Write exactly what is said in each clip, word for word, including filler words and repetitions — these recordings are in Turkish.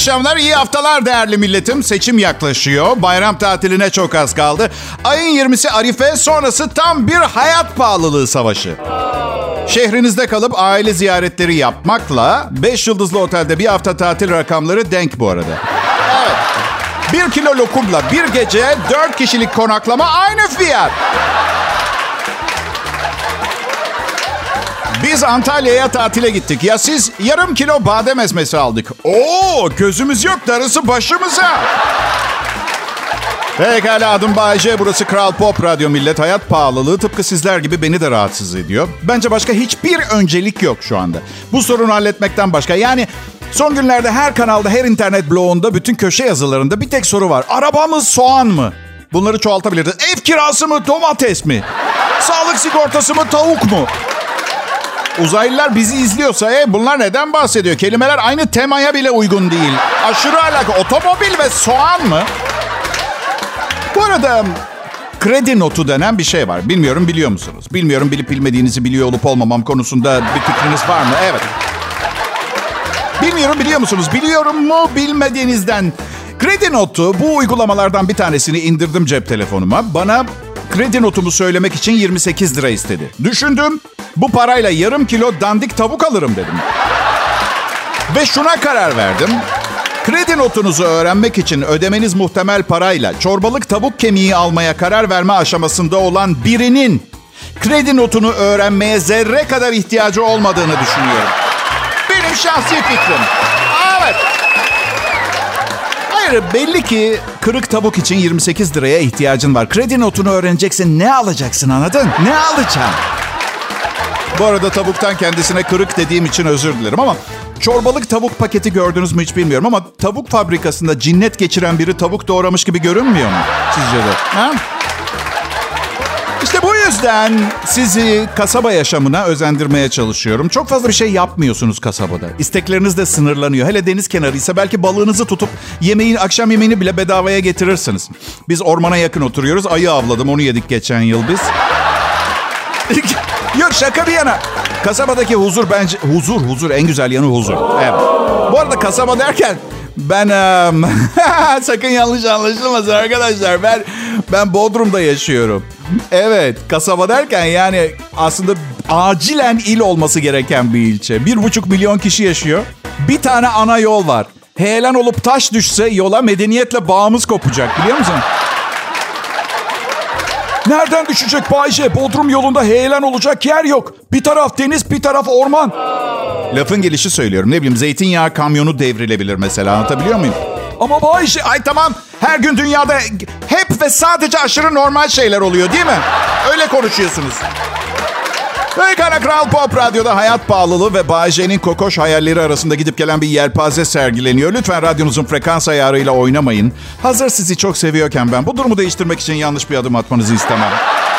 akşamlar, iyi haftalar değerli milletim. Seçim yaklaşıyor. Bayram tatiline çok az kaldı. Ayın yirmisi Arife, sonrası tam bir hayat pahalılığı savaşı. Şehrinizde kalıp aile ziyaretleri yapmakla beş yıldızlı otelde bir hafta tatil rakamları denk bu arada. Evet. Bir kilo lokumla bir gece dört kişilik konaklama aynı fiyat. Biz Antalya'ya tatile gittik. Ya siz yarım kilo badem ezmesi aldık. Oo, gözümüz yok, darısı başımıza. Pekala, adım Bayece. Burası Kral Pop Radyo millet. Hayat pahalılığı tıpkı sizler gibi beni de rahatsız ediyor. Bence başka hiçbir öncelik yok şu anda. Bu sorunu halletmekten başka. Yani son günlerde her kanalda, her internet blogunda, bütün köşe yazılarında bir tek soru var. Araba mı, soğan mı? Bunları çoğaltabiliriz. Ev kirası mı, domates mi? Sağlık sigortası mı, tavuk mu? Uzaylılar bizi izliyorsa e, bunlar neden bahsediyor? Kelimeler aynı temaya bile uygun değil. Aşırı alaka. Otomobil ve soğan mı? Bu arada kredi notu denen bir şey var. Bilmiyorum, biliyor musunuz? Bilmiyorum, bilip bilmediğinizi biliyor olup olmamam konusunda bir fikriniz var mı? Evet. Bilmiyorum, biliyor musunuz? Biliyorum mu bilmediğinizden. Kredi notu, bu uygulamalardan bir tanesini indirdim cep telefonuma. Bana kredi notumu söylemek için yirmi sekiz lira istedi. Düşündüm, bu parayla yarım kilo dandik tavuk alırım dedim. Ve şuna karar verdim. Kredi notunuzu öğrenmek için ödemeniz muhtemel parayla çorbalık tavuk kemiği almaya karar verme aşamasında olan birinin kredi notunu öğrenmeye zerre kadar ihtiyacı olmadığını düşünüyorum. Benim şahsi fikrim. Evet. Hayır, belli ki kırık tavuk için yirmi sekiz liraya ihtiyacın var. Kredi notunu öğreneceksin, ne alacaksın, anladın? Ne alacaksın? Bu arada tavuktan kendisine kırık dediğim için özür dilerim ama çorbalık tavuk paketi gördünüz mü hiç bilmiyorum ama tavuk fabrikasında cinnet geçiren biri tavuk doğramış gibi görünmüyor mu sizce de? Ha? İşte bu yüzden sizi kasaba yaşamına özendirmeye çalışıyorum. Çok fazla bir şey yapmıyorsunuz kasabada. İstekleriniz de sınırlanıyor. Hele deniz kenarıysa belki balığınızı tutup yemeğin, akşam yemeğini bile bedavaya getirirsiniz. Biz ormana yakın oturuyoruz. Ayı avladım, onu yedik geçen yıl biz. Yok, şaka bir yana. Kasabadaki huzur bence... Huzur, huzur. En güzel yanı huzur. Evet. Bu arada kasaba derken ben... Um, sakın yanlış anlaşılmasın arkadaşlar. Ben ben Bodrum'da yaşıyorum. Evet, kasaba derken yani aslında acilen il olması gereken bir ilçe. Bir buçuk milyon kişi yaşıyor. Bir tane ana yol var. Heyelan olup taş düşse yola medeniyetle bağımız kopacak, biliyor musun? Nereden düşecek Bayce? Bodrum yolunda heyelan olacak yer yok. Bir taraf deniz, bir taraf orman. Lafın gelişi söylüyorum. Ne bileyim, zeytinyağı kamyonu devrilebilir mesela. Anlatabiliyor muyum? Ama Bayce... Ay tamam. Her gün dünyada hep ve sadece aşırı normal şeyler oluyor değil mi? Öyle konuşuyorsunuz. Pekala, Kral Pop Radyo'da hayat pahalılığı ve Bayce'nin kokoş hayalleri arasında gidip gelen bir yelpaze sergileniyor. Lütfen radyonuzun frekans ayarıyla oynamayın. Hazır sizi çok seviyorken ben bu durumu değiştirmek için yanlış bir adım atmanızı istemem.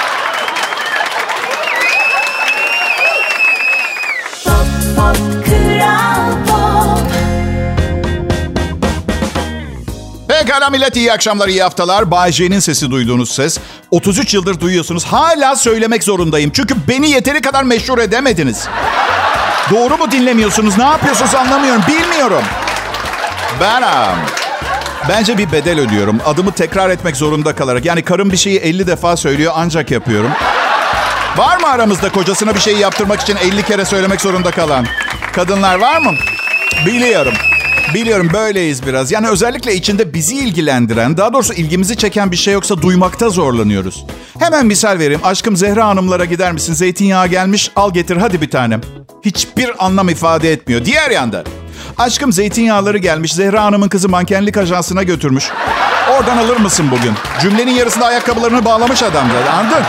Pekala millet, iyi akşamlar, iyi haftalar. Bay J'nin sesi, duyduğunuz ses. otuz üç yıldır duyuyorsunuz. Hala söylemek zorundayım. Çünkü beni yeteri kadar meşhur edemediniz. Doğru mu dinlemiyorsunuz? Ne yapıyorsunuz anlamıyorum. Bilmiyorum. Ben... Bence bir bedel ödüyorum. Adımı tekrar etmek zorunda kalarak. Yani karım bir şeyi elli defa söylüyor, ancak yapıyorum. Var mı aramızda kocasına bir şeyi yaptırmak için elli kere söylemek zorunda kalan kadınlar var mı? Biliyorum. Biliyorum, böyleyiz biraz. Yani özellikle içinde bizi ilgilendiren, daha doğrusu ilgimizi çeken bir şey yoksa duymakta zorlanıyoruz. Hemen misal vereyim. Aşkım Zehra Hanımlara gider misin? Zeytinyağı gelmiş, al getir hadi bir tanem. Hiçbir anlam ifade etmiyor. Diğer yanda. Aşkım zeytinyağları gelmiş, Zehra Hanım'ın kızı mankenlik ajansına götürmüş. Oradan alır mısın bugün? Cümlenin yarısında ayakkabılarını bağlamış adam da. Anladın?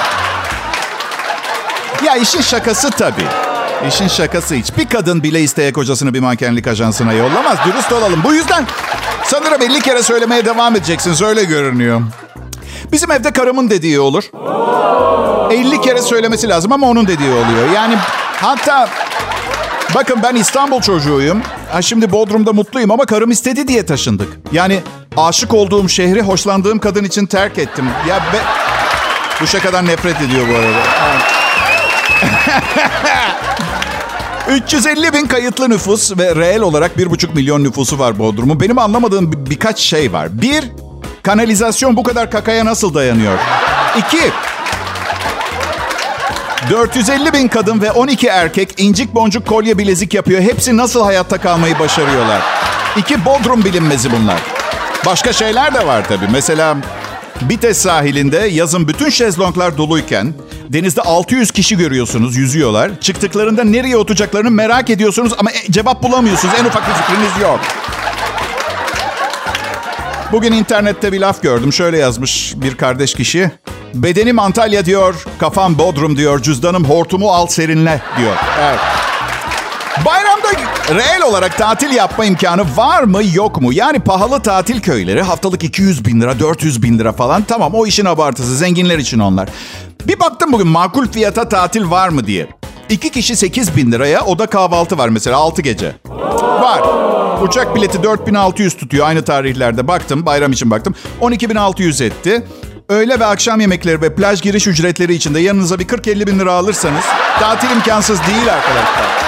Ya işin şakası tabii. İşin şakası, hiçbir kadın bile isteye kocasını bir mankenlik ajansına yollamaz. Dürüst olalım. Bu yüzden sanırım elli kere söylemeye devam edeceksiniz. Öyle görünüyor. Bizim evde karımın dediği olur. elli kere söylemesi lazım ama onun dediği oluyor. Yani hatta bakın, ben İstanbul çocuğuyum. Ha, şimdi Bodrum'da mutluyum ama karım istedi diye taşındık. Yani aşık olduğum şehri hoşlandığım kadın için terk ettim. Ya be... Bu şakadan nefret ediyor bu arada. üç yüz elli bin kayıtlı nüfus ve reel olarak bir buçuk milyon nüfusu var Bodrum'un. Benim anlamadığım bir, birkaç şey var. Bir, kanalizasyon bu kadar kakaya nasıl dayanıyor? İki, dört yüz elli bin kadın ve on iki erkek incik boncuk kolye bilezik yapıyor. Hepsi nasıl hayatta kalmayı başarıyorlar? İki, Bodrum bilinmezi bunlar. Başka şeyler de var tabii. Mesela Bites sahilinde yazın bütün şezlonglar doluyken denizde altı yüz kişi görüyorsunuz, yüzüyorlar. Çıktıklarında nereye oturacaklarını merak ediyorsunuz ama cevap bulamıyorsunuz. En ufak bir fikriniz yok. Bugün internette bir laf gördüm. Şöyle yazmış bir kardeş kişi. Bedenim Antalya diyor, kafam Bodrum diyor, cüzdanım hortumu al serinle diyor. Evet. Bayramda reel olarak tatil yapma imkanı var mı yok mu? Yani pahalı tatil köyleri haftalık iki yüz bin lira, dört yüz bin lira falan. Tamam, o işin abartısı, zenginler için onlar. Bir baktım bugün makul fiyata tatil var mı diye. İki kişi sekiz bin liraya, oda kahvaltı var mesela altı gece. Var. Uçak bileti dört bin altı yüz tutuyor aynı tarihlerde. Baktım, bayram için baktım. on iki bin altı yüz etti. Öğle ve akşam yemekleri ve plaj giriş ücretleri için de yanınıza bir kırk elli bin lira alırsanız tatil imkansız değil arkadaşlar.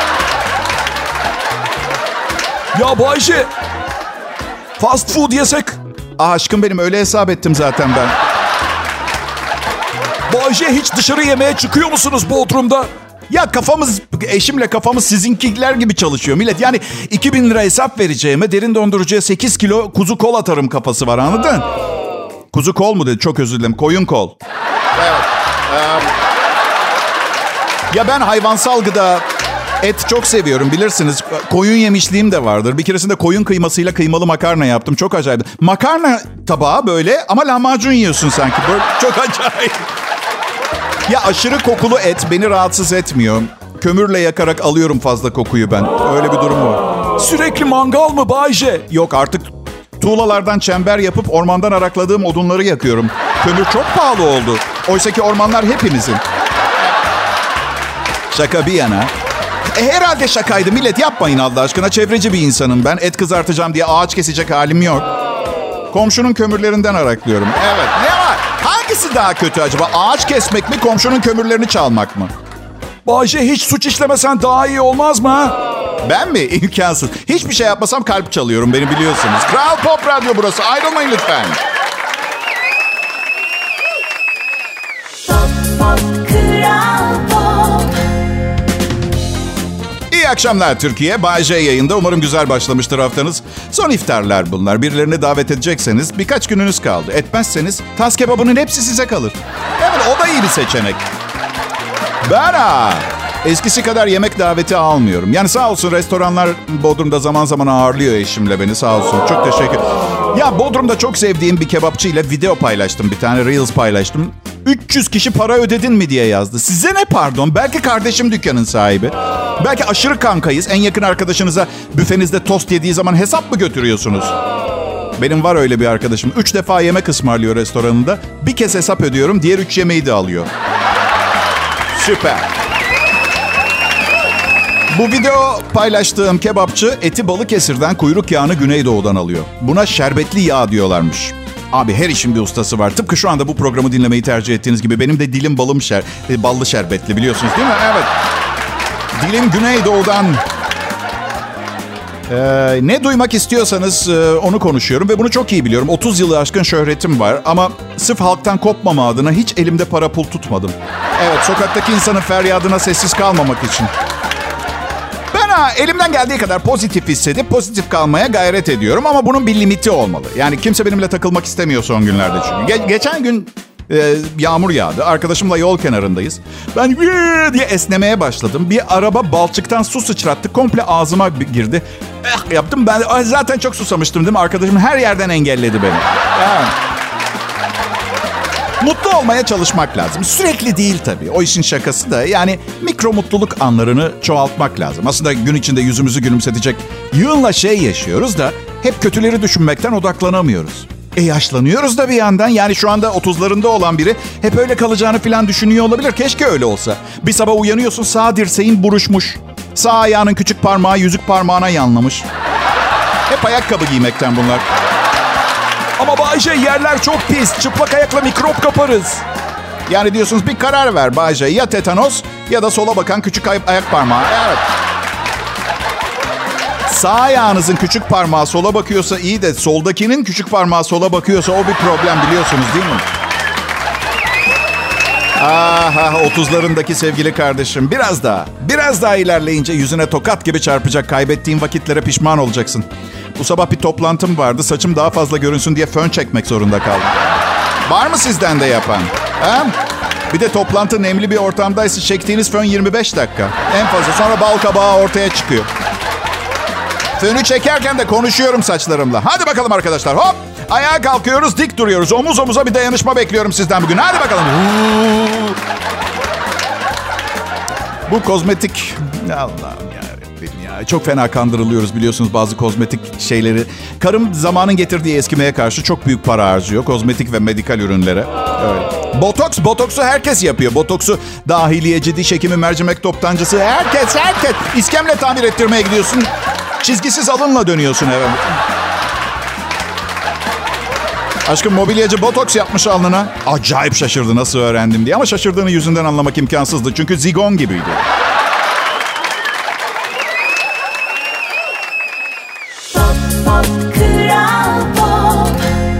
Ya Bayşe, fast food yesek? Ah aşkım benim, öyle hesap ettim zaten ben. Bayşe, hiç dışarı yemeğe çıkıyor musunuz Bodrum'da? Ya kafamız, eşimle kafamız sizinkiler gibi çalışıyor millet. Yani iki bin lira hesap vereceğime derin dondurucuya sekiz kilo kuzu kol atarım kafası var, anladın? Kuzu kol mu dedi? Çok özür dilerim. Koyun kol. Evet. Ya ben hayvansal gıda, et çok seviyorum bilirsiniz. Koyun yemişliğim de vardır. Bir keresinde koyun kıymasıyla kıymalı makarna yaptım. Çok acayip. Makarna tabağı böyle ama lahmacun yiyorsun sanki. Böyle çok acayip. Ya aşırı kokulu et beni rahatsız etmiyor. Kömürle yakarak alıyorum fazla kokuyu ben. Öyle bir durum var. Sürekli mangal mı Bayşe? Yok artık tuğlalardan çember yapıp ormandan arakladığım odunları yakıyorum. Kömür çok pahalı oldu. Oysaki ormanlar hepimizin. Şaka bir yana. E herhalde şakaydı millet, yapmayın Allah aşkına. Çevreci bir insanım ben. Et kızartacağım diye ağaç kesecek halim yok. Komşunun kömürlerinden araklıyorum. Evet, ne var? Hangisi daha kötü acaba? Ağaç kesmek mi, komşunun kömürlerini çalmak mı? Bayşe, hiç suç işlemesen daha iyi olmaz mı ha? Ben mi? İmkansız. Hiçbir şey yapmasam kalp çalıyorum, beni biliyorsunuz. Kral Pop Radyo burası. Ayrılmayın lütfen. Pop, pop, Kral Pop. İyi akşamlar Türkiye. Bay J yayında. Umarım güzel başlamıştır haftanız. Son iftarlar bunlar. Birilerini davet edecekseniz birkaç gününüz kaldı. Etmezseniz tas kebabının hepsi size kalır. Evet, o da iyi bir seçenek. Ben ha, eskisi kadar yemek daveti almıyorum. Yani sağ olsun restoranlar Bodrum'da zaman zaman ağırlıyor eşimle beni, sağ olsun. Çok teşekkür. Ya Bodrum'da çok sevdiğim bir kebapçı ile video paylaştım. Bir tane Reels paylaştım. üç yüz kişi para ödedin mi diye yazdı. Size ne pardon? Belki kardeşim dükkanın sahibi. Belki aşırı kankayız. En yakın arkadaşınıza büfenizde tost yediği zaman hesap mı götürüyorsunuz? Benim var öyle bir arkadaşım. Üç defa yemek ısmarlıyor restoranında. Bir kez hesap ödüyorum. Diğer üç yemeği de alıyor. Süper. Bu video paylaştığım kebapçı eti Balıkesir'den, kuyruk yağını Güneydoğu'dan alıyor. Buna şerbetli yağ diyorlarmış. Abi her işin bir ustası var. Tıpkı şu anda bu programı dinlemeyi tercih ettiğiniz gibi benim de dilim balım şer, ballı şerbetli biliyorsunuz değil mi? Evet. Dilim Güneydoğu'dan. Ee, ne duymak istiyorsanız e, onu konuşuyorum ve bunu çok iyi biliyorum. otuz yılı aşkın şöhretim var ama sırf halktan kopmama adına hiç elimde para pul tutmadım. Evet, sokaktaki insanın feryadına sessiz kalmamak için. Ben ha, elimden geldiği kadar pozitif hissedip pozitif kalmaya gayret ediyorum ama bunun bir limiti olmalı. Yani kimse benimle takılmak istemiyor son günlerde çünkü. Ge- geçen gün e, yağmur yağdı. Arkadaşımla yol kenarındayız. Ben diye esnemeye başladım. Bir araba balçıktan su sıçrattı. Komple ağzıma girdi. Eh, yaptım. Ben zaten çok susamıştım değil mi? Arkadaşım her yerden engelledi beni. Yani. Mutlu olmaya çalışmak lazım. Sürekli değil tabii. O işin şakası da yani mikro mutluluk anlarını çoğaltmak lazım. Aslında gün içinde yüzümüzü gülümsetecek yığınla şey yaşıyoruz da hep kötüleri düşünmekten odaklanamıyoruz. E yaşlanıyoruz da bir yandan. Yani şu anda otuzlarında olan biri hep öyle kalacağını falan düşünüyor olabilir. Keşke öyle olsa. Bir sabah uyanıyorsun, sağ dirseğin buruşmuş. Sağ ayağının küçük parmağı yüzük parmağına yanlamış. Hep ayakkabı giymekten bunlar. Ama Bayce, yerler çok pis. Çıplak ayakla mikrop kaparız. Yani diyorsunuz bir karar ver Bayce. Ya tetanos ya da sola bakan küçük ay- ayak parmağı. Evet. Sağ ayağınızın küçük parmağı sola bakıyorsa iyi de soldakinin küçük parmağı sola bakıyorsa o bir problem, biliyorsunuz değil mi? Aha, otuzlarındaki sevgili kardeşim. Biraz daha, biraz daha ilerleyince yüzüne tokat gibi çarpacak. Kaybettiğin vakitlere pişman olacaksın. Bu sabah bir toplantım vardı. Saçım daha fazla görünsün diye fön çekmek zorunda kaldım. Var mı sizden de yapan? Ha? Bir de toplantı nemli bir ortamdaysa çektiğiniz fön yirmi beş dakika. En fazla. Sonra bal kabağı ortaya çıkıyor. Fönü çekerken de konuşuyorum saçlarımla. Hadi bakalım arkadaşlar. Hop! Ayağa kalkıyoruz, dik duruyoruz. Omuz omuza bir dayanışma bekliyorum sizden bugün. Hadi bakalım. Bu kozmetik... Allah'ım yarabbim ya. Çok fena kandırılıyoruz biliyorsunuz bazı kozmetik şeyleri. Karım zamanın getirdiği eskimeye karşı çok büyük para harcıyor. Kozmetik ve medikal ürünlere. Öyle. Botoks, botoksu herkes yapıyor. Botoksu dahiliyeci, diş hekimi, mercimek toptancısı. Herkes, herkes. İskemle tamir ettirmeye gidiyorsun. Çizgisiz alınla dönüyorsun eve. Aşkım mobilyacı botoks yapmış alnına. Acayip şaşırdı nasıl öğrendim diye. Ama şaşırdığını yüzünden anlamak imkansızdı. Çünkü zigon gibiydi. Pop, pop, Kral Pop.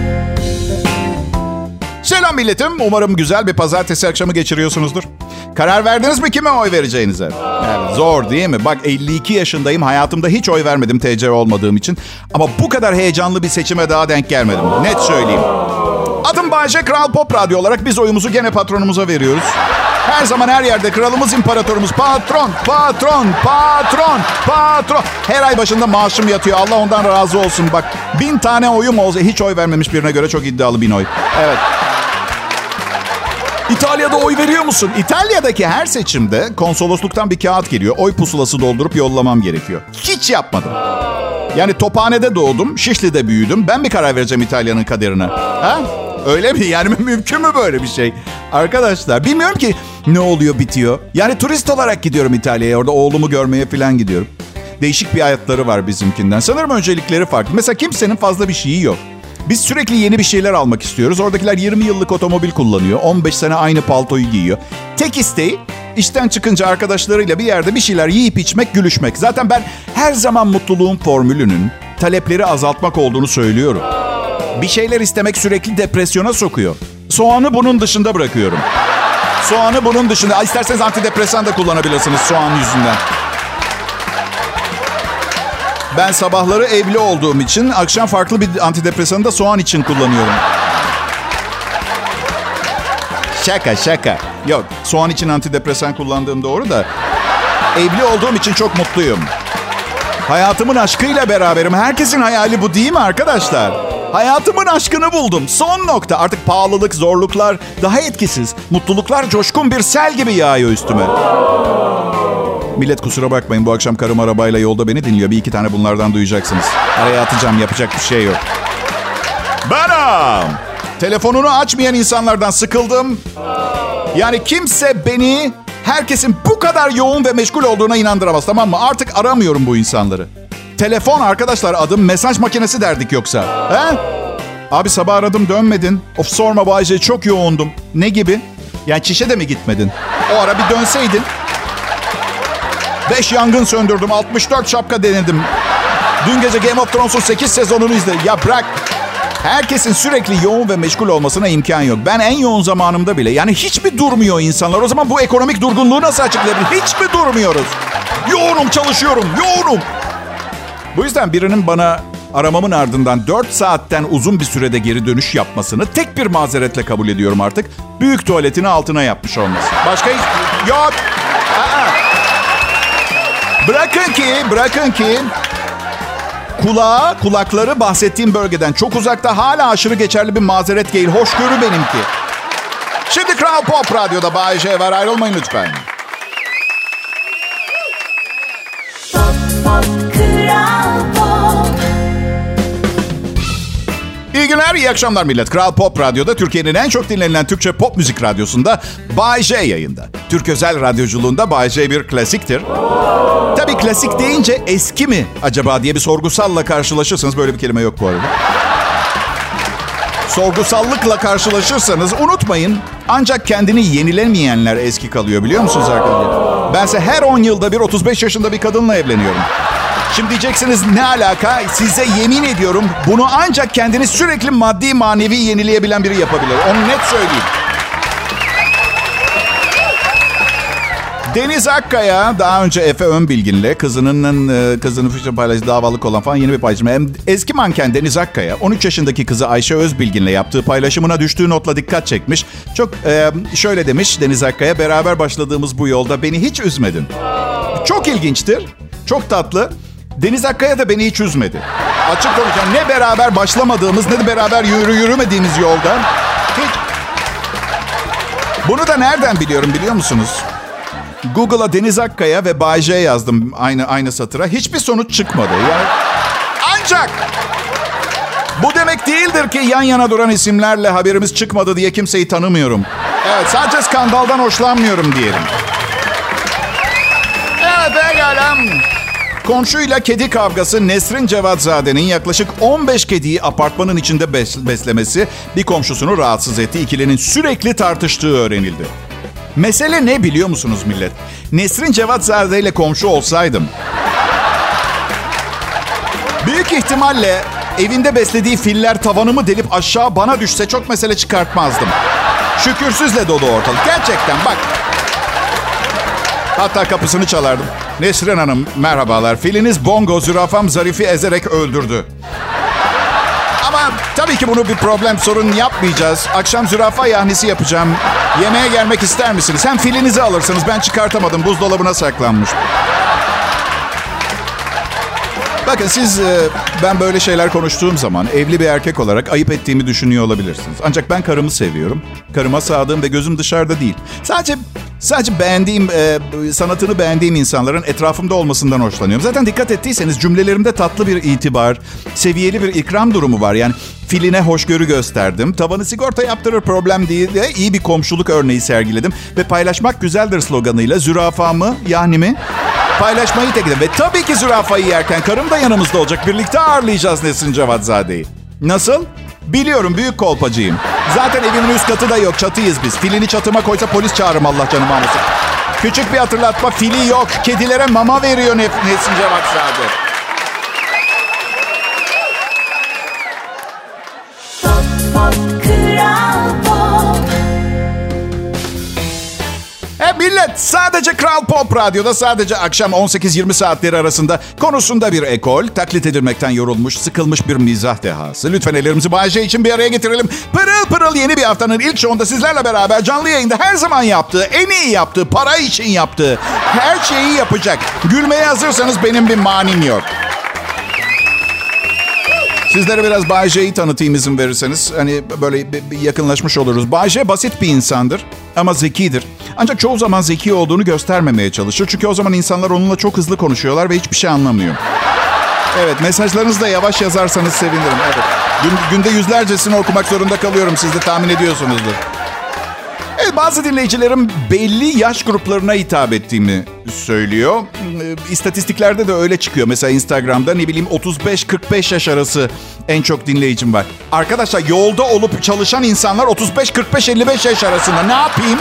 Selam milletim. Umarım güzel bir pazartesi akşamı geçiriyorsunuzdur. Karar verdiniz mi kime oy vereceğinize? Yani zor değil mi? Bak elli iki yaşındayım. Hayatımda hiç oy vermedim T C olmadığım için. Ama bu kadar heyecanlı bir seçime daha denk gelmedim. Net söyleyeyim. Adım Bayce, Kral Pop Radyo olarak biz oyumuzu gene patronumuza veriyoruz. Her zaman her yerde kralımız, imparatorumuz, patron, patron, patron, patron. Her ay başında maaşım yatıyor. Allah ondan razı olsun. Bak bin tane oyum olsa hiç oy vermemiş birine göre çok iddialı bin oy. Evet. İtalya'da oy veriyor musun? İtalya'daki her seçimde konsolosluktan bir kağıt geliyor. Oy pusulası doldurup yollamam gerekiyor. Hiç yapmadım. Yani Tophane'de doğdum, Şişli'de büyüdüm. Ben mi karar vereceğim İtalya'nın kaderine? Ha? Öyle mi? Yani mümkün mü böyle bir şey? Arkadaşlar bilmiyorum ki ne oluyor bitiyor. Yani turist olarak gidiyorum İtalya'ya. Orada oğlumu görmeye falan gidiyorum. Değişik bir hayatları var bizimkinden. Sanırım öncelikleri farklı. Mesela kimsenin fazla bir şeyi yok. Biz sürekli yeni bir şeyler almak istiyoruz. Oradakiler yirmi yıllık otomobil kullanıyor. on beş sene aynı paltoyu giyiyor. Tek isteği işten çıkınca arkadaşlarıyla bir yerde bir şeyler yiyip içmek, gülüşmek. Zaten ben her zaman mutluluğun formülünün talepleri azaltmak olduğunu söylüyorum. Bir şeyler istemek sürekli depresyona sokuyor. Soğanı bunun dışında bırakıyorum. Soğanı bunun dışında. İsterseniz antidepresan da kullanabilirsiniz soğan yüzünden. Ben sabahları evli olduğum için akşam farklı bir antidepresanı da soğan için kullanıyorum. Şaka şaka. Yok, soğan için antidepresan kullandığım doğru da evli olduğum için çok mutluyum. Hayatımın aşkıyla beraberim. Herkesin hayali bu değil mi arkadaşlar? Hayatımın aşkını buldum. Son nokta. Artık pahalılık, zorluklar daha etkisiz. Mutluluklar coşkun bir sel gibi yağıyor üstüme. Millet kusura bakmayın. Bu akşam karım arabayla yolda beni dinliyor. Bir iki tane bunlardan duyacaksınız. Araya atacağım. Yapacak bir şey yok. Benim. Telefonunu açmayan insanlardan sıkıldım. Yani kimse beni herkesin bu kadar yoğun ve meşgul olduğuna inandıramaz, tamam mı? Artık aramıyorum bu insanları. Telefon arkadaşlar, adım mesaj makinesi derdik yoksa. He? Abi sabah aradım dönmedin. Of sorma Bayce, çok yoğundum. Ne gibi? Yani çişe de mi gitmedin? O ara bir dönseydin. Beş yangın söndürdüm. altmış dört şapka denedim. Dün gece Game of Thrones'un sekiz sezonunu izledim. Ya bırak. Herkesin sürekli yoğun ve meşgul olmasına imkan yok. Ben en yoğun zamanımda bile, yani hiç mi durmuyor insanlar? O zaman bu ekonomik durgunluğu nasıl açıklayabilir? Hiç mi durmuyoruz? Yoğunum, çalışıyorum, yoğunum. Bu yüzden birinin bana aramamın ardından dört saatten uzun bir sürede geri dönüş yapmasını tek bir mazeretle kabul ediyorum artık. Büyük tuvaletini altına yapmış olması. Başka hiç yok. Aa. Bırakın ki, bırakın ki kulağı, kulakları bahsettiğim bölgeden çok uzakta, hala aşırı geçerli bir mazeret değil. Hoşgörü benimki. Şimdi Kral Pop Radyo'da Bay J var. Ayrılmayın lütfen. Pop, pop, Kral Pop. İyi günler, iyi akşamlar millet. Kral Pop Radyo'da, Türkiye'nin en çok dinlenilen Türkçe pop müzik radyosunda Bay J yayında. Türk özel radyoculuğunda Bay J bir klasiktir. Tabii klasik deyince eski mi acaba diye bir sorgusalla karşılaşırsanız, böyle bir kelime yok bu arada. Sorgusallıkla karşılaşırsanız unutmayın, ancak kendini yenilemeyenler eski kalıyor, biliyor musunuz arkadaşlar? Bense her on yılda bir otuz beş yaşında bir kadınla evleniyorum. Şimdi diyeceksiniz ne alaka? Size yemin ediyorum bunu ancak kendini sürekli maddi manevi yenileyebilen biri yapabilir. Onu net söyleyeyim. Deniz Akkaya daha önce Efe Önbilgin'le kızının kızının fişe paylaştığı davalık olan falan yeni bir paylaşım. Hem eski manken Deniz Akkaya on üç yaşındaki kızı Ayşe Özbilgin'le yaptığı paylaşımına düştüğü notla dikkat çekmiş. Çok e, şöyle demiş Deniz Akkaya, beraber başladığımız bu yolda beni hiç üzmedin. Çok ilginçtir, çok tatlı. Deniz Akkaya da beni hiç üzmedi. Açık konuşacağım, ne beraber başlamadığımız ne de beraber yürü yürümediğimiz yolda hiç. Bunu da nereden biliyorum biliyor musunuz? Google'a Deniz Akkaya ve Bay J yazdım aynı aynı satıra. Hiçbir sonuç çıkmadı. Yani ancak bu demek değildir ki yan yana duran isimlerle haberimiz çıkmadı diye kimseyi tanımıyorum. Evet, sadece skandaldan hoşlanmıyorum diyelim. Evet, pekala. Komşuyla kedi kavgası Nesrin Cevatzade'nin yaklaşık on beş kediyi apartmanın içinde bes- beslemesi bir komşusunu rahatsız etti. İkilinin sürekli tartıştığı öğrenildi. Mesele ne biliyor musunuz millet? Nesrin Cevatzade ile komşu olsaydım büyük ihtimalle evinde beslediği filler tavanımı delip aşağı bana düşse çok mesele çıkartmazdım. Şükürsüzle dolu ortalık. Gerçekten bak. Hatta kapısını çalardım. Nesrin Hanım merhabalar. Filiniz Bongo zürafam Zarif'i ezerek öldürdü. Ama tabii ki bunu bir problem sorun yapmayacağız. Akşam zürafa yahnisi yapacağım. Yemeğe gelmek ister misiniz? Hem filinizi alırsınız. Ben çıkartamadım. Buzdolabına saklanmış. Bakın siz, ben böyle şeyler konuştuğum zaman evli bir erkek olarak ayıp ettiğimi düşünüyor olabilirsiniz. Ancak ben karımı seviyorum. Karıma sadığım ve gözüm dışarıda değil. Sadece sadece beğendiğim, sanatını beğendiğim insanların etrafımda olmasından hoşlanıyorum. Zaten dikkat ettiyseniz cümlelerimde tatlı bir itibar, seviyeli bir ikram durumu var. Yani filine hoşgörü gösterdim. Tavanı sigorta yaptırır, problem değil diye iyi bir komşuluk örneği sergiledim. Ve paylaşmak güzeldir sloganıyla zürafamı, yahnimi paylaşmayı tekledim. Ve tabii ki zürafayı yerken karım da yanımızda olacak. Birlikte ağırlayacağız Nesrin Cevatzade'yi. Nasıl? Biliyorum, büyük kolpacıyım. Zaten evimin üst katı da yok, çatıyız biz. Filini çatıma koysa polis çağırırım Allah canımı almasın. Küçük bir hatırlatma, fili yok. Kedilere mama veriyor Nesrin Cevatzade. Pop, pop, Kral Pop. E millet, sadece Kral Pop Radyo'da sadece akşam on sekiz yirmi saatleri arasında konusunda bir ekol, taklit edilmekten yorulmuş, sıkılmış bir mizah dehası. Lütfen ellerimizi Bay J için bir araya getirelim. Pırıl pırıl yeni bir haftanın ilk şovunda sizlerle beraber canlı yayında her zaman yaptığı, en iyi yaptığı, para için yaptığı her şeyi yapacak. Gülmeye hazırsanız benim bir manim yok. Sizlere biraz Bay J'yi tanıtayım izin verirseniz. Hani böyle bir yakınlaşmış oluruz. Bay J basit bir insandır ama zekidir. Ancak çoğu zaman zeki olduğunu göstermemeye çalışır. Çünkü o zaman insanlar onunla çok hızlı konuşuyorlar ve hiçbir şey anlamıyor. Evet, mesajlarınızı da yavaş yazarsanız sevinirim. Evet. Gün, günde yüzlercesini okumak zorunda kalıyorum. Siz de tahmin ediyorsunuzdur. Evet, bazı dinleyicilerim belli yaş gruplarına hitap ettiğimi söylüyor. İstatistiklerde de öyle çıkıyor. Mesela Instagram'da ne bileyim otuz beş kırk beş yaş arası en çok dinleyicim var. Arkadaşlar, yolda olup çalışan insanlar otuz beş kırk beş elli beş yaş arasında. Ne yapayım?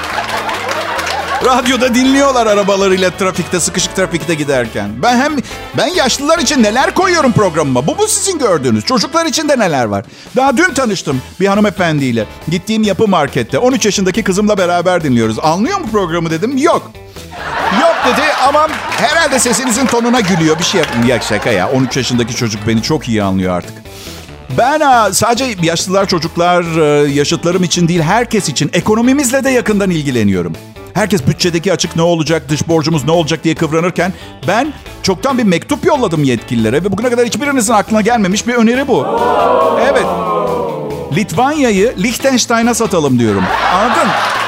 Radyoda dinliyorlar arabalarıyla trafikte, sıkışık trafikte giderken. Ben hem ben yaşlılar için neler koyuyorum programıma. Bu bu sizin gördüğünüz. Çocuklar için de neler var. Daha dün tanıştım bir hanımefendiyle. Gittiğim yapı markette. on üç yaşındaki kızımla beraber dinliyoruz. Anlıyor mu programı dedim. Yok. Yok dedi ama herhalde sesinizin tonuna gülüyor. Bir şey yapın. Ya şaka ya. on üç yaşındaki çocuk beni çok iyi anlıyor artık. Ben sadece yaşlılar, çocuklar, yaşıtlarım için değil, herkes için ekonomimizle de yakından ilgileniyorum. Herkes bütçedeki açık ne olacak, dış borcumuz ne olacak diye kıvranırken ben çoktan bir mektup yolladım yetkililere ve bugüne kadar hiçbirinizin aklına gelmemiş bir öneri bu. Evet. Litvanya'yı Liechtenstein'a satalım diyorum. Anladın?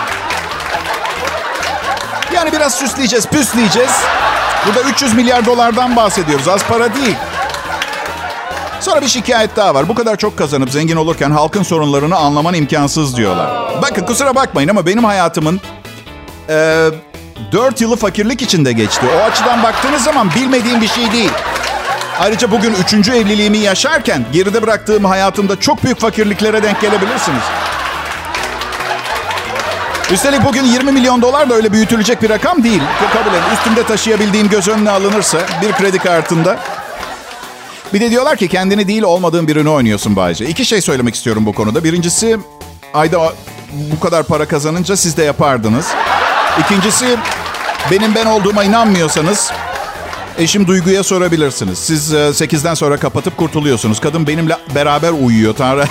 Yani biraz süsleyeceğiz, püsleyeceğiz. Burada üç yüz milyar dolardan bahsediyoruz. Az para değil. Sonra bir şikayet daha var. Bu kadar çok kazanıp zengin olurken halkın sorunlarını anlaman imkansız diyorlar. Bakın kusura bakmayın ama benim hayatımın Ee, dört yılı fakirlik içinde geçti. O açıdan baktığınız zaman bilmediğim bir şey değil. Ayrıca bugün üçüncü evliliğimi yaşarken geride bıraktığım hayatımda çok büyük fakirliklere denk gelebilirsiniz. Üstelik bugün yirmi milyon dolar da öyle büyütülecek bir rakam değil. Kabul edin. Üstümde taşıyabildiğim göz önüne alınırsa bir kredi kartında. Bir de diyorlar ki kendini değil olmadığın birini oynuyorsun Bayce. İki şey söylemek istiyorum bu konuda. Birincisi, ayda bu kadar para kazanınca siz de yapardınız. İkincisi, benim ben olduğuma inanmıyorsanız eşim Duygu'ya sorabilirsiniz. Siz sekizden sonra kapatıp kurtuluyorsunuz. Kadın benimle beraber uyuyor Tanrı.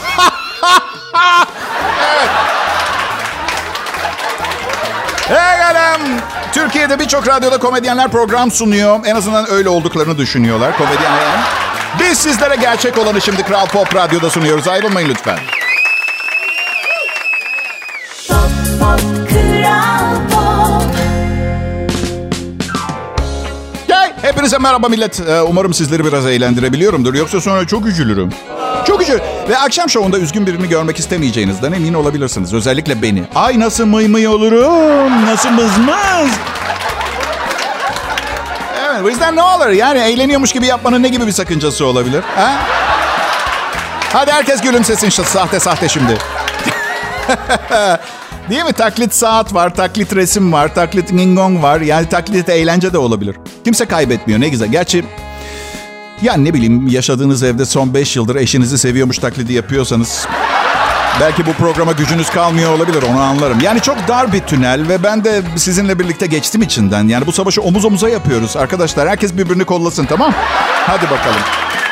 Evet. Hey Türkiye'de birçok radyoda komedyenler program sunuyor. En azından öyle olduklarını düşünüyorlar komedyenler. Biz sizlere gerçek olanı şimdi Kral Pop Radyo'da sunuyoruz. Ayrılmayın lütfen. Pop, pop, Kral Pop. Hey, hepinize merhaba millet. Ee, umarım sizleri biraz eğlendirebiliyorumdur. Yoksa sonra çok üzülürüm. Çok üzülürüm. Ve akşam şovunda üzgün birini görmek istemeyeceğinizden emin olabilirsiniz. Özellikle beni. Ay nasıl mıy mıy olurum. Nasıl mızmız. Evet, o yüzden ne olur? Yani eğleniyormuş gibi yapmanın ne gibi bir sakıncası olabilir? Ha? Hadi herkes gülümsesin sahte sahte şimdi. Değil mi? Taklit saat var, taklit resim var, taklit ngong var. Yani taklit eğlence de olabilir. Kimse kaybetmiyor, ne güzel. Gerçi yani ne bileyim yaşadığınız evde son beş yıldır eşinizi seviyormuş taklidi yapıyorsanız belki bu programa gücünüz kalmıyor olabilir, onu anlarım. Yani çok dar bir tünel ve ben de sizinle birlikte geçtim içinden. Yani bu savaşı omuz omuza yapıyoruz. Arkadaşlar herkes birbirini kollasın, tamam? Hadi bakalım.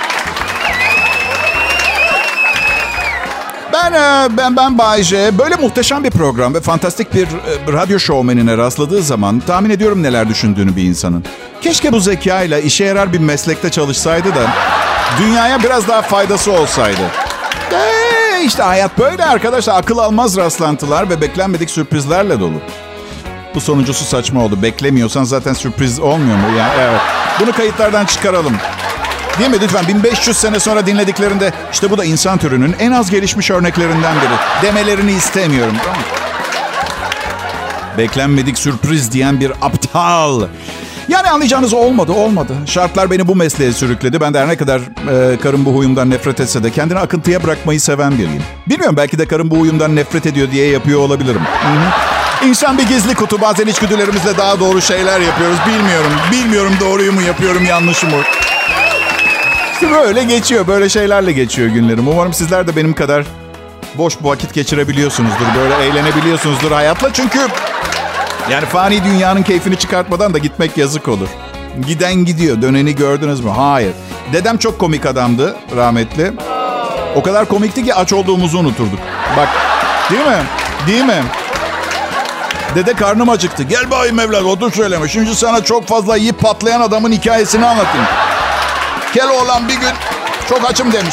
Ben ben ben Bay J. Böyle muhteşem bir program ve fantastik bir radyo şovmenine rastladığı zaman tahmin ediyorum neler düşündüğünü bir insanın. Keşke bu zekayla işe yarar bir meslekte çalışsaydı da dünyaya biraz daha faydası olsaydı. Eee işte hayat böyle arkadaşlar. Akıl almaz rastlantılar ve beklenmedik sürprizlerle dolu. Bu sonuncusu saçma oldu. Beklemiyorsan zaten sürpriz olmuyor mu? Yani evet. Bunu kayıtlardan çıkaralım. Değil mi? Lütfen bin beş yüz sene sonra dinlediklerinde işte bu da insan türünün en az gelişmiş örneklerinden biri demelerini istemiyorum. Tamam mı? Beklenmedik sürpriz diyen bir aptal. Yani anlayacağınız olmadı, olmadı. Şartlar beni bu mesleğe sürükledi. Ben de her ne kadar e, karım bu huyumdan nefret etse de kendini akıntıya bırakmayı seven biriyim. Bilmiyorum, belki de karım bu huyumdan nefret ediyor diye yapıyor olabilirim. Hı-hı. İnsan bir gizli kutu. Bazen içgüdülerimizle daha doğru şeyler yapıyoruz. Bilmiyorum, bilmiyorum doğruyu mu yapıyorum, yanlışı mı? İşte böyle geçiyor, böyle şeylerle geçiyor günlerim. Umarım sizler de benim kadar boş vakit geçirebiliyorsunuzdur. Böyle eğlenebiliyorsunuzdur hayatla. Çünkü yani fani dünyanın keyfini çıkartmadan da gitmek yazık olur. Giden gidiyor. Döneni gördünüz mü? Hayır. Dedem çok komik adamdı, rahmetli. O kadar komikti ki aç olduğumuzu unuturduk. Bak, değil mi? Değil mi? Dede karnım acıktı. Gel bayım evlat, otur söyleme. Şimdi sana çok fazla yiyip patlayan adamın hikayesini anlatayım. Keloğlan bir gün çok açım demiş.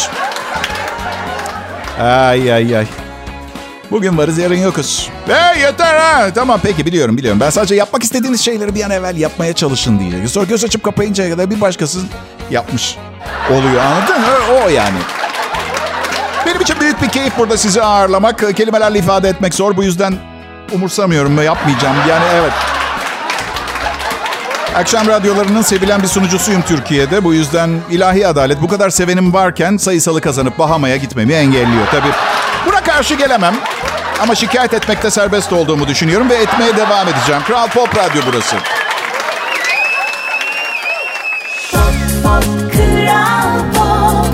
Ay ay ay. Bugün varız, yarın yokuz. Hey yeter ha. Tamam peki, biliyorum biliyorum. Ben sadece yapmak istediğiniz şeyleri bir an evvel yapmaya çalışın diyecek. Sonra göz açıp kapayıncaya kadar bir başkası yapmış oluyor, anladın mı? O yani. Benim için büyük bir keyif burada sizi ağırlamak. Kelimelerle ifade etmek zor. Bu yüzden umursamıyorum ve yapmayacağım. Yani evet. Akşam radyolarının sevilen bir sunucusuyum Türkiye'de. Bu yüzden ilahi adalet bu kadar sevenim varken sayısalı kazanıp Bahama'ya gitmemi engelliyor. Tabii buna karşı gelemem. Ama şikayet etmekte serbest olduğumu düşünüyorum ve etmeye devam edeceğim. Kral Pop Radyo burası. Pop, pop, Kral Pop.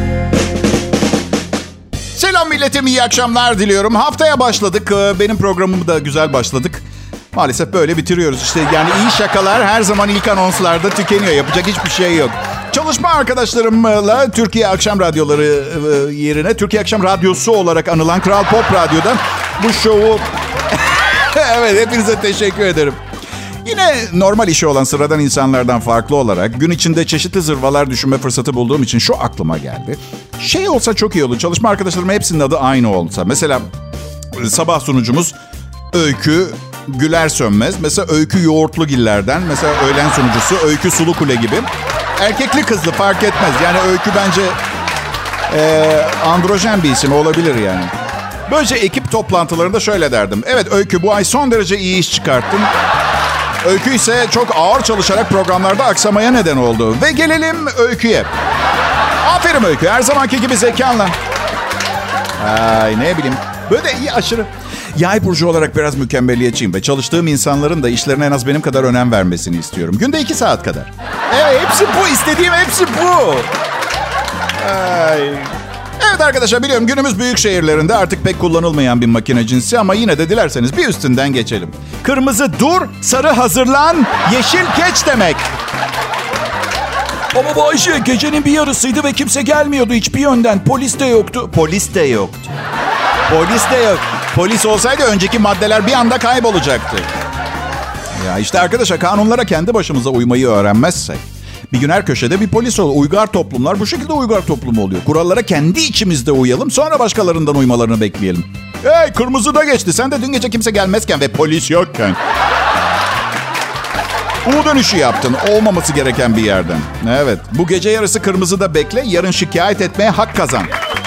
Selam milletim, iyi akşamlar diliyorum. Haftaya başladık. Benim programımı da güzel başladık. Maalesef böyle bitiriyoruz. İşte yani iyi şakalar her zaman ilk anonslarda tükeniyor. Yapacak hiçbir şey yok. Çalışma arkadaşlarımla Türkiye Akşam Radyoları yerine Türkiye Akşam Radyosu olarak anılan Kral Pop Radyo'dan bu şovu... Evet, hepinize teşekkür ederim. Yine normal işi olan sıradan insanlardan farklı olarak gün içinde çeşitli zırvalar düşünme fırsatı bulduğum için şu aklıma geldi. Şey olsa çok iyi olur. Çalışma arkadaşlarımın hepsinin adı aynı olsa. Mesela sabah sunucumuz Öykü Güler Sönmez. Mesela Öykü Yoğurtlugiller'den. Mesela öğlen sunucusu Öykü Sulukule gibi. Erkekli kızlı fark etmez. Yani Öykü bence e, androjen bir isim olabilir yani. Böylece ekip toplantılarında şöyle derdim. Evet Öykü, bu ay son derece iyi iş çıkarttın. Öykü ise çok ağır çalışarak programlarda aksamaya neden oldu. Ve gelelim Öykü'ye. Aferin Öykü, her zamanki gibi zekanla. Ay ne bileyim. Böyle de iyi aşırı. Yay burcu olarak biraz mükemmeliyetçiyim ve çalıştığım insanların da işlerine en az benim kadar önem vermesini istiyorum. Günde iki saat kadar. Evet, hepsi bu. İstediğim hepsi bu. Ay. Evet arkadaşlar, biliyorum günümüz büyük şehirlerinde artık pek kullanılmayan bir makine cinsi ama yine de dilerseniz bir üstünden geçelim. Kırmızı dur, sarı hazırlan, yeşil geç demek. Ama Bayce gecenin bir yarısıydı ve kimse gelmiyordu hiçbir yönden. Polis de yoktu. Polis de yoktu. Polis de yok. Polis olsaydı önceki maddeler bir anda kaybolacaktı. Ya işte arkadaşlar, kanunlara kendi başımıza uymayı öğrenmezsek bir gün her köşede bir polis olur. Uygar toplumlar bu şekilde uygar toplumu oluyor. Kurallara kendi içimizde uyalım, sonra başkalarından uymalarını bekleyelim. Hey, kırmızı da geçti. Sen de dün gece kimse gelmezken ve polis yokken U dönüşü yaptın olmaması gereken bir yerden. Evet, bu gece yarısı kırmızıda bekle, yarın şikayet etmeye hak kazan.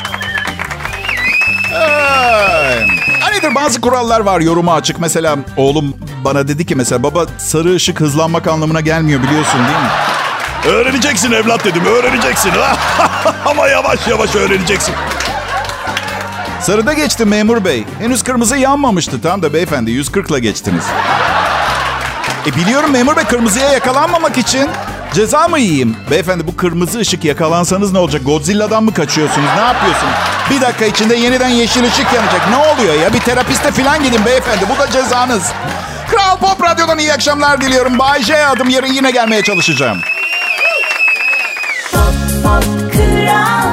Ee, Hanidir, bazı kurallar var yoruma açık. Mesela oğlum bana dedi ki mesela, baba sarı ışık hızlanmak anlamına gelmiyor biliyorsun değil mi? Öğreneceksin evlat dedim, öğreneceksin. Ama yavaş yavaş öğreneceksin. Sarıda geçti memur bey. Henüz kırmızı yanmamıştı. Tam da beyefendi yüz kırkla geçtiniz. E biliyorum memur bey, kırmızıya yakalanmamak için ceza mı yiyeyim? Beyefendi, bu kırmızı ışık, yakalansanız ne olacak? Godzilla'dan mı kaçıyorsunuz? Ne yapıyorsunuz? Bir dakika içinde yeniden yeşil ışık yanacak. Ne oluyor ya? Bir terapiste falan gidin beyefendi. Bu da cezanız. Kral Pop Radyo'dan iyi akşamlar diliyorum. Bay J adım, yarın yine gelmeye çalışacağım. Pop, pop, kral.